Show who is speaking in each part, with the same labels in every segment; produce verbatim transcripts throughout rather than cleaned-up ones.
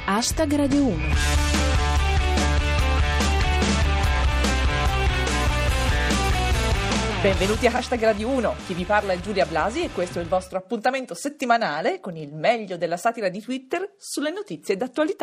Speaker 1: Hashtag Radio uno.
Speaker 2: Benvenuti a Hashtag Radio uno, chi vi parla è Giulia Blasi e questo è il vostro appuntamento settimanale con il meglio della satira di Twitter sulle notizie d'attualità.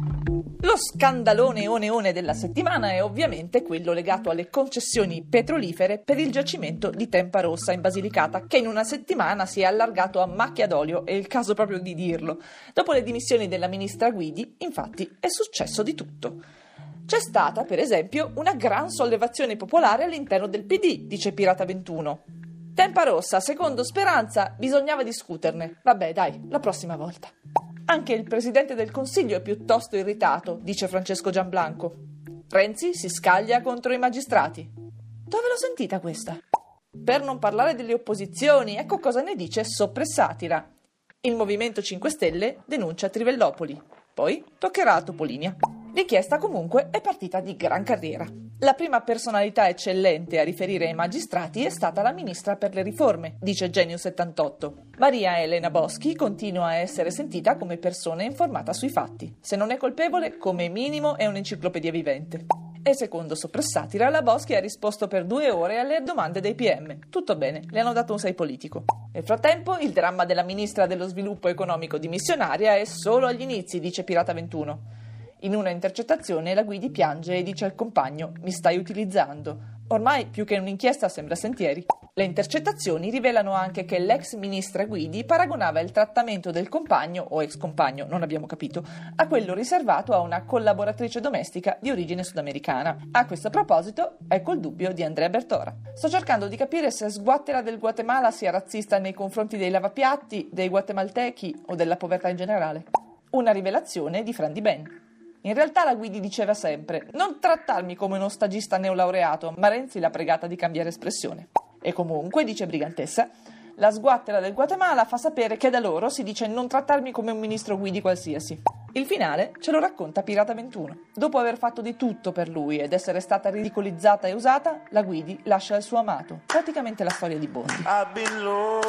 Speaker 2: Lo scandalone oneone della settimana è ovviamente quello legato alle concessioni petrolifere per il giacimento di Tempa Rossa in Basilicata, che in una settimana si è allargato a macchia d'olio, è il caso proprio di dirlo. Dopo le dimissioni della ministra Guidi, infatti, è successo di tutto. C'è stata, per esempio, una gran sollevazione popolare all'interno del P D, dice Pirata ventuno. Tempa Rossa, secondo Speranza, bisognava discuterne. Vabbè, dai, la prossima volta. Anche il Presidente del Consiglio è piuttosto irritato, dice Francesco Gianblanco. Renzi si scaglia contro i magistrati. Dove l'ho sentita questa? Per non parlare delle opposizioni, ecco cosa ne dice Soppressatira. Il Movimento cinque Stelle denuncia Trivellopoli. Poi toccherà a Topolinia. L'inchiesta comunque è partita di gran carriera. La prima personalità eccellente a riferire ai magistrati è stata la ministra per le riforme, dice Genio settantotto. Maria Elena Boschi continua a essere sentita come persona informata sui fatti. Se non è colpevole, come minimo è un'enciclopedia vivente. E secondo Soppressatira, la Boschi ha risposto per due ore alle domande dei P M. Tutto bene, le hanno dato un sei politico. Nel frattempo, il dramma della ministra dello sviluppo economico dimissionaria è solo agli inizi, dice Pirata ventuno. In una intercettazione la Guidi piange e dice al compagno «Mi stai utilizzando». Ormai più che un'inchiesta sembra sentieri. Le intercettazioni rivelano anche che l'ex ministra Guidi paragonava il trattamento del compagno, o ex compagno, non abbiamo capito, a quello riservato a una collaboratrice domestica di origine sudamericana. A questo proposito, ecco il dubbio di Andrea Bertora. Sto cercando di capire se Sguattera del Guatemala sia razzista nei confronti dei lavapiatti, dei guatemaltechi o della povertà in generale. Una rivelazione di Fran Di Ben. In realtà la Guidi diceva sempre «Non trattarmi come uno stagista neolaureato», ma Renzi l'ha pregata di cambiare espressione. E comunque, dice Brigantessa, la Sguattera del Guatemala fa sapere che da loro si dice «Non trattarmi come un ministro Guidi qualsiasi». Il finale ce lo racconta Pirata ventuno. Dopo aver fatto di tutto per lui ed essere stata ridicolizzata e usata, la Guidi lascia il suo amato. Praticamente la storia di Bondi.
Speaker 3: I've been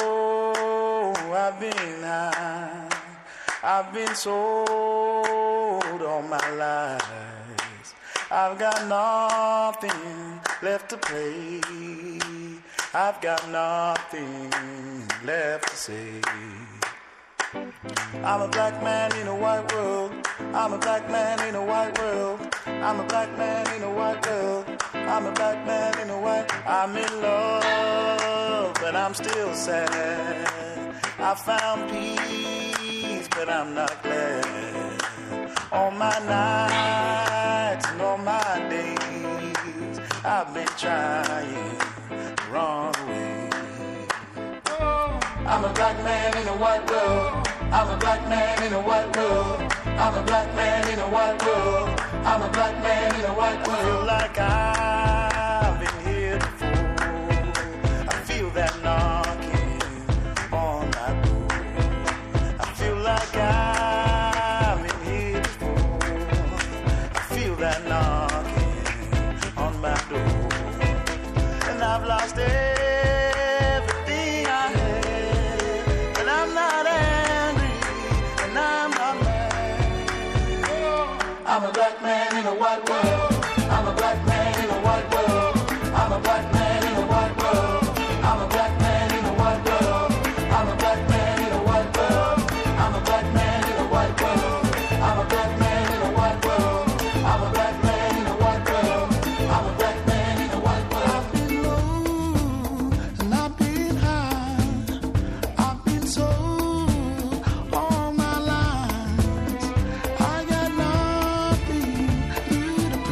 Speaker 3: low, I've been high, I've been sold all my life. I've got nothing left to play. I've got nothing left to say. I'm a black man in a white world. I'm a black man in a white world. I'm a black man in a white world. I'm a black man in a white. I'm in love, but I'm still sad. I found peace, but I'm not glad. All my nights and all my days, I've been trying the wrong way. I'm a black man in a white world. I'm a black man in a white world. I'm a black man in a white world. I'm a black man in a white world. I feel like I've been here before. I feel that knocking on my door. I feel like I've been here before. I feel that knocking on my door. And I've lost everything I had. But I'm not angry and I'm not mad. I'm a black man in a white world. I'm a black man in a white world. I'm a black man in a white world. I'm a black man in a white world. I'm a black man in a white world. I'm a black man in a white world. I'm a black man in a white world. I'm a black man in a white world. I'm a black man in a white world. I've been low and I've been high. I've been sold all my life. I got nothing new to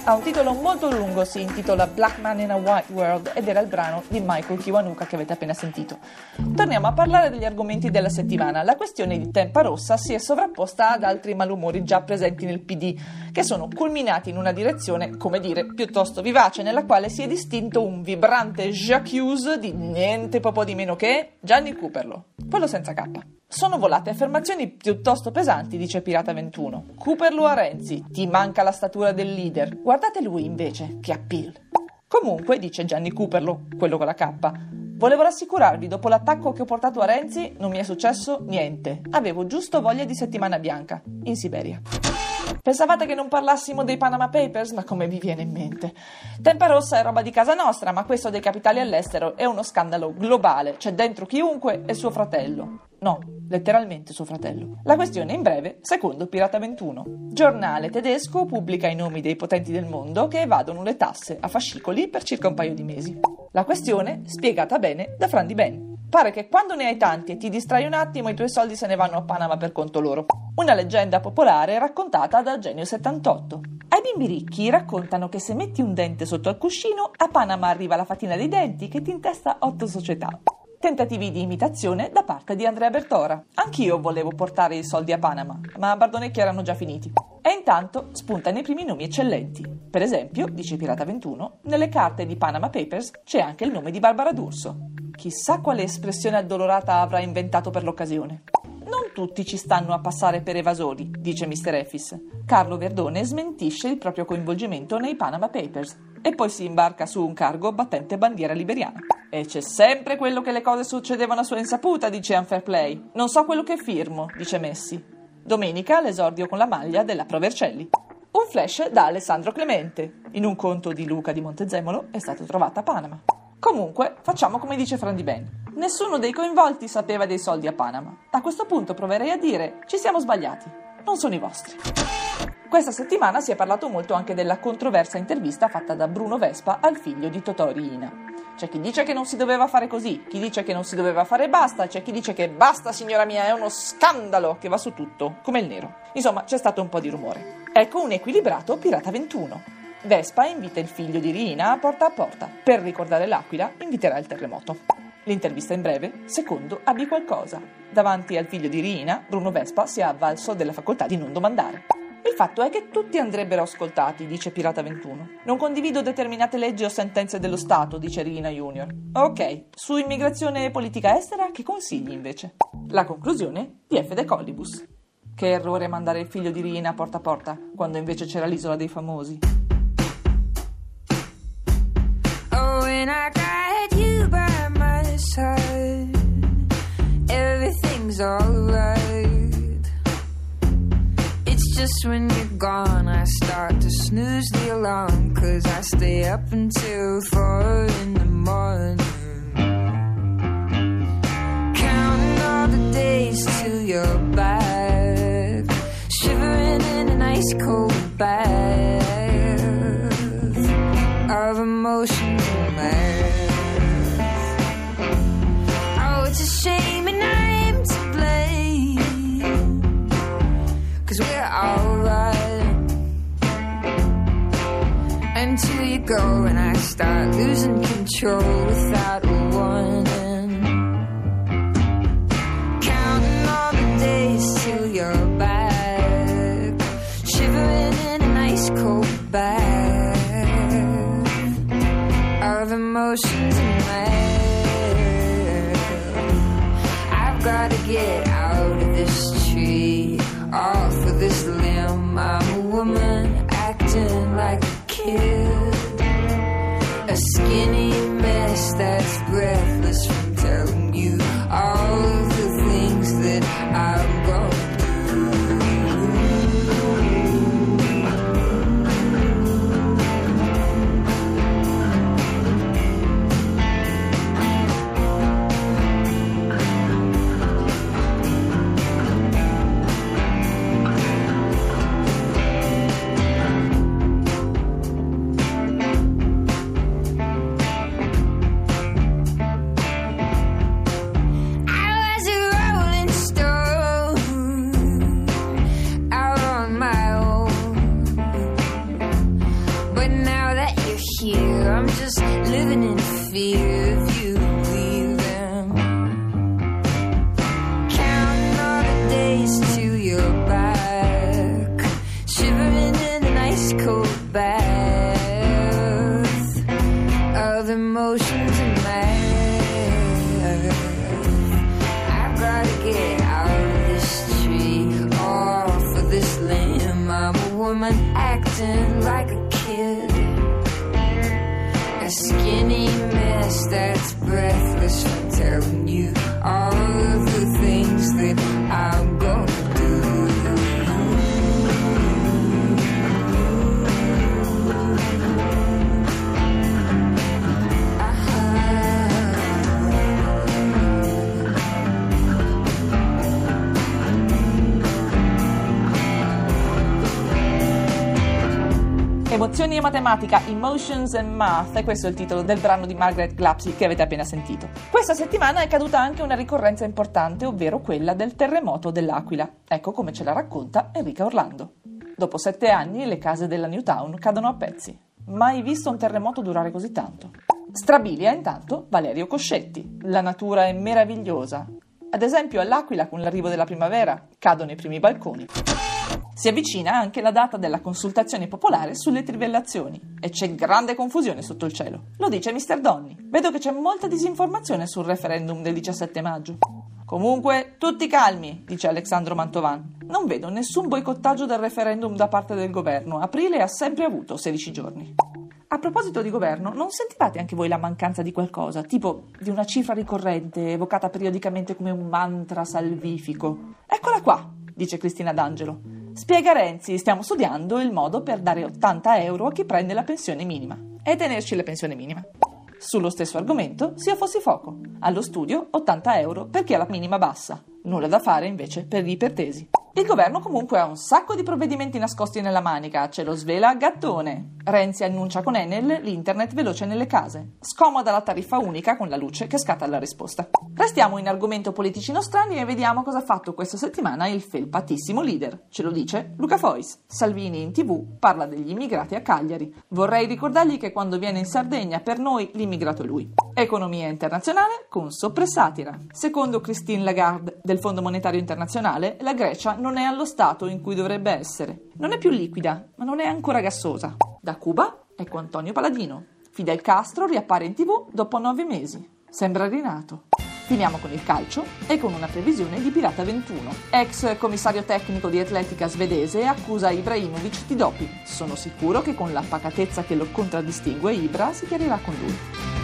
Speaker 2: Ha un titolo molto lungo, si intitola Black Man in a White World ed era il brano di Michael Kiwanuka che avete appena sentito. Torniamo a parlare degli argomenti della settimana. La questione di Tempa Rossa si è sovrapposta ad altri malumori già presenti nel P D, che sono culminati in una direzione, come dire, piuttosto vivace, nella quale si è distinto un vibrante j'accuse di niente po' di meno che Gianni Cooperlo, quello senza K. Sono volate affermazioni piuttosto pesanti, dice Pirata ventuno. Cooperlo a Renzi, ti manca la statura del leader. Guardate lui invece, che appeal. Comunque, dice Gianni Cooperlo, quello con la K, volevo rassicurarvi, dopo l'attacco che ho portato a Renzi non mi è successo niente. Avevo giusto voglia di settimana bianca, in Siberia. Pensavate che non parlassimo dei Panama Papers? Ma come vi viene in mente? Tempa Rossa è roba di casa nostra, ma questo dei capitali all'estero è uno scandalo globale. C'è dentro chiunque e suo fratello. No, letteralmente suo fratello. La questione in breve, secondo Pirata ventuno. Giornale tedesco pubblica i nomi dei potenti del mondo che evadono le tasse a fascicoli per circa un paio di mesi. La questione spiegata bene da Fran Di Ben. Pare che quando ne hai tanti e ti distrai un attimo, i tuoi soldi se ne vanno a Panama per conto loro. Una leggenda popolare raccontata da Genio settantotto. Ai bimbi ricchi raccontano che se metti un dente sotto al cuscino, a Panama arriva la fatina dei denti che ti intesta otto società. Tentativi di imitazione da parte di Andrea Bertora. Anch'io volevo portare i soldi a Panama, ma a Bardonecchia erano già finiti. E intanto spuntano i primi nomi eccellenti. Per esempio, dice Pirata ventuno, nelle carte di Panama Papers c'è anche il nome di Barbara D'Urso. Chissà quale espressione addolorata avrà inventato per l'occasione. Non tutti ci stanno a passare per evasori, dice mister Effis. Carlo Verdone smentisce il proprio coinvolgimento nei Panama Papers e poi si imbarca su un cargo battente bandiera liberiana. E c'è sempre quello che le cose succedevano a sua insaputa, dice Unfairplay. Non so quello che firmo, dice Messi. Domenica l'esordio con la maglia della Pro Vercelli. Un flash da Alessandro Clemente. In un conto di Luca di Montezemolo è stato trovato a Panama. Comunque, facciamo come dice Fran Di Ben. Nessuno dei coinvolti sapeva dei soldi a Panama. A questo punto proverei a dire, ci siamo sbagliati, non sono i vostri. Questa settimana si è parlato molto anche della controversa intervista fatta da Bruno Vespa al figlio di Totò Riina. C'è chi dice che non si doveva fare così, chi dice che non si doveva fare basta, c'è chi dice che basta signora mia, è uno scandalo che va su tutto, come il nero. Insomma, c'è stato un po' di rumore. Ecco un equilibrato Pirata ventuno. Vespa invita il figlio di Riina a porta a porta. Per ricordare l'Aquila inviterà il terremoto. L'intervista in breve, secondo abbi qualcosa. Davanti al figlio di Riina, Bruno Vespa si è avvalso della facoltà di non domandare. Il fatto è che tutti andrebbero ascoltati, dice Pirata ventuno. Non condivido determinate leggi o sentenze dello Stato, dice Riina Junior. Ok, su immigrazione e politica estera, che consigli invece? La conclusione di F. De Collibus. Che errore mandare il figlio di Riina porta a porta, quando invece c'era l'isola dei famosi.
Speaker 1: When I got you by my side, everything's alright. It's just when you're gone I start to snooze the alarm, 'cause I stay up until four in the morning, counting all the days till you're back, shivering in an ice cold bath of emotions and math. Oh, it's a shame and I'm to blame, 'cause we're alright until you go and I start losing control without a warning, counting all the days till you're back, shivering in an ice cold bath of emotions and math. I've gotta get out of this tree, off of this limb. I'm a woman acting like a kid, a skinny mess that's breathless from telling you all of the things that I'm gonna living in fear of you leaving. Counting all the days till you're back, shivering in an ice cold bath of emotions and math. I've gotta get out of this tree, off of this limb. I'm a woman acting like a kid, a skinny mess that's breathless from telling you all of the things that I'm gonna do.
Speaker 2: Emozioni e matematica, Emotions and Math, e questo è il titolo del brano di Margaret Glapsy che avete appena sentito. Questa settimana è caduta anche una ricorrenza importante, ovvero quella del terremoto dell'Aquila. Ecco come ce la racconta Enrica Orlando. Dopo sette anni le case della Newtown cadono a pezzi. Mai visto un terremoto durare così tanto. Strabilia intanto Valerio Coscetti. La natura è meravigliosa. Ad esempio all'Aquila, con l'arrivo della primavera, cadono i primi balconi. Si avvicina anche la data della consultazione popolare sulle trivellazioni e c'è grande confusione sotto il cielo. Lo dice mister Donny. Vedo che c'è molta disinformazione sul referendum del diciassette maggio. Comunque, tutti calmi, dice Alexandro Mantovan. Non vedo nessun boicottaggio del referendum da parte del governo. Aprile ha sempre avuto sedici giorni. A proposito di governo, non sentivate anche voi la mancanza di qualcosa, tipo di una cifra ricorrente, evocata periodicamente come un mantra salvifico? Eccola qua, dice Cristina D'Angelo. Spiega Renzi, stiamo studiando il modo per dare ottanta euro a chi prende la pensione minima e tenerci la pensione minima. Sullo stesso argomento, sia fossi fuoco. Allo studio, ottanta euro per chi ha la minima bassa. Nulla da fare, invece, per gli ipertesi. Il governo comunque ha un sacco di provvedimenti nascosti nella manica, ce lo svela Gattone. Renzi annuncia con Enel l'internet veloce nelle case. Scomoda la tariffa unica con la luce che scatta alla risposta. Restiamo in argomento politici nostrani e vediamo cosa ha fatto questa settimana il felpatissimo leader. Ce lo dice Luca Fois. Salvini in tv parla degli immigrati a Cagliari. Vorrei ricordargli che quando viene in Sardegna per noi l'immigrato è lui. Economia internazionale con soppressatira. Secondo Christine Lagarde del Fondo Monetario Internazionale, la Grecia non è allo stato in cui dovrebbe essere. Non è più liquida, ma non è ancora gassosa. Da Cuba, ecco Antonio Paladino. Fidel Castro riappare in tv dopo nove mesi. Sembra rinato. Finiamo con il calcio e con una previsione di Pirata ventuno. Ex commissario tecnico di atletica svedese accusa Ibrahimovic di doping. Sono sicuro che con la pacatezza che lo contraddistingue Ibra si chiarirà con lui.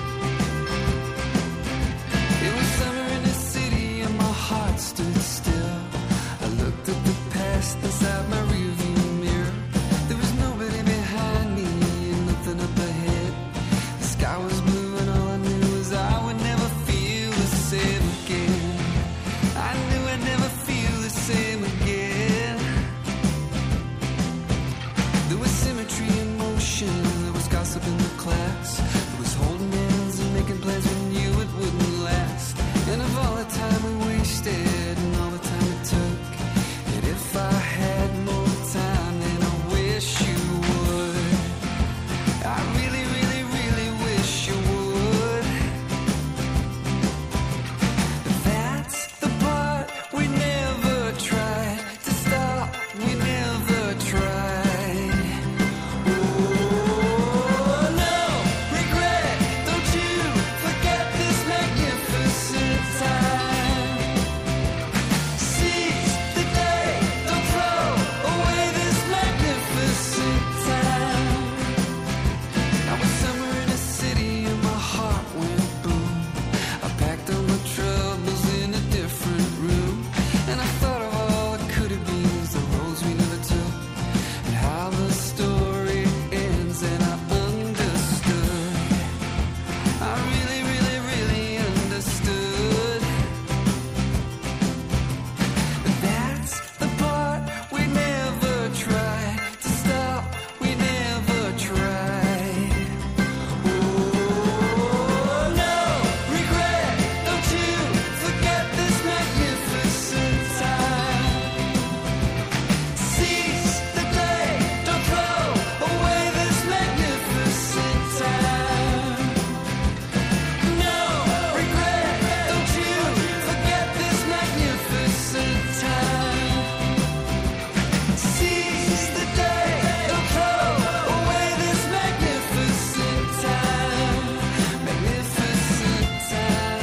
Speaker 3: Stood still. I looked at the past inside my rearview mirror. There was nobody behind me and nothing up ahead. The sky was blue and all I knew was I would never feel the same again. I knew I'd never feel the same again. There was symmetry in motion, there was gossip in the class. There was holding hands and making plans when you it wouldn't last. And of all the time we wasted and all the time it took, and if I had more time then I wish you would. I really, really, really wish you would. That's the part we never tried to stop, we never tried. Oh,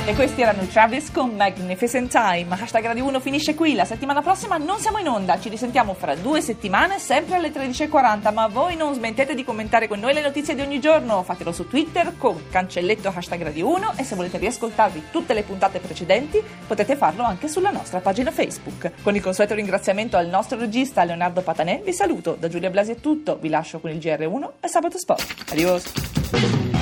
Speaker 2: E questi erano i Travis con Magnificent Time. Hashtag Radio uno finisce qui, la settimana prossima non siamo in onda, ci risentiamo fra due settimane sempre alle tredici e quaranta, ma voi non smettete di commentare con noi le notizie di ogni giorno, fatelo su Twitter con cancelletto hashtag Radio uno e se volete riascoltarvi tutte le puntate precedenti potete farlo anche sulla nostra pagina Facebook. Con il consueto ringraziamento al nostro regista Leonardo Patanè vi saluto, da Giulia Blasi è tutto, vi lascio con il G R uno e Sabato Sport. Adios!